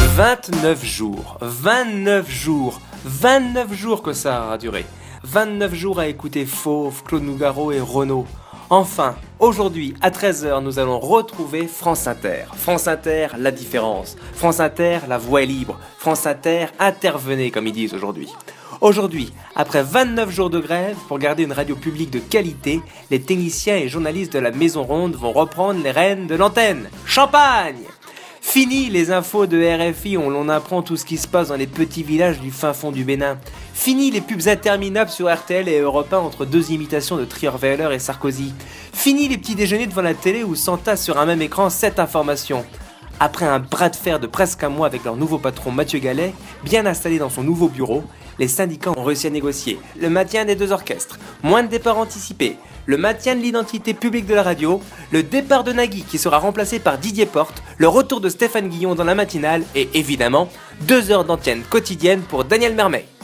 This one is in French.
29 jours, 29 jours, 29 jours que ça a duré. 29 jours à écouter Fauve, Claude Nougaro et Renaud. Enfin, aujourd'hui, à 13h, nous allons retrouver France Inter. France Inter, la différence. France Inter, la voix est libre. France Inter, intervenez, comme ils disent aujourd'hui. Aujourd'hui, après 29 jours de grève, pour garder une radio publique de qualité, les techniciens et journalistes de la Maison Ronde vont reprendre les rênes de l'antenne. Champagne! Fini les infos de RFI où l'on apprend tout ce qui se passe dans les petits villages du fin fond du Bénin. Fini les pubs interminables sur RTL et Europe 1 entre deux imitations de Trierweiler et Sarkozy. Fini les petits déjeuners devant la télé où s'entassent sur un même écran 7 informations. Après un bras de fer de presque un mois avec leur nouveau patron Mathieu Gallet, bien installé dans son nouveau bureau, les syndicats ont réussi à négocier le maintien des deux orchestres, moins de départs anticipés, le maintien de l'identité publique de la radio, le départ de Nagui qui sera remplacé par Didier Porte, le retour de Stéphane Guillon dans la matinale et évidemment 2 heures d'antenne quotidienne pour Daniel Mermet.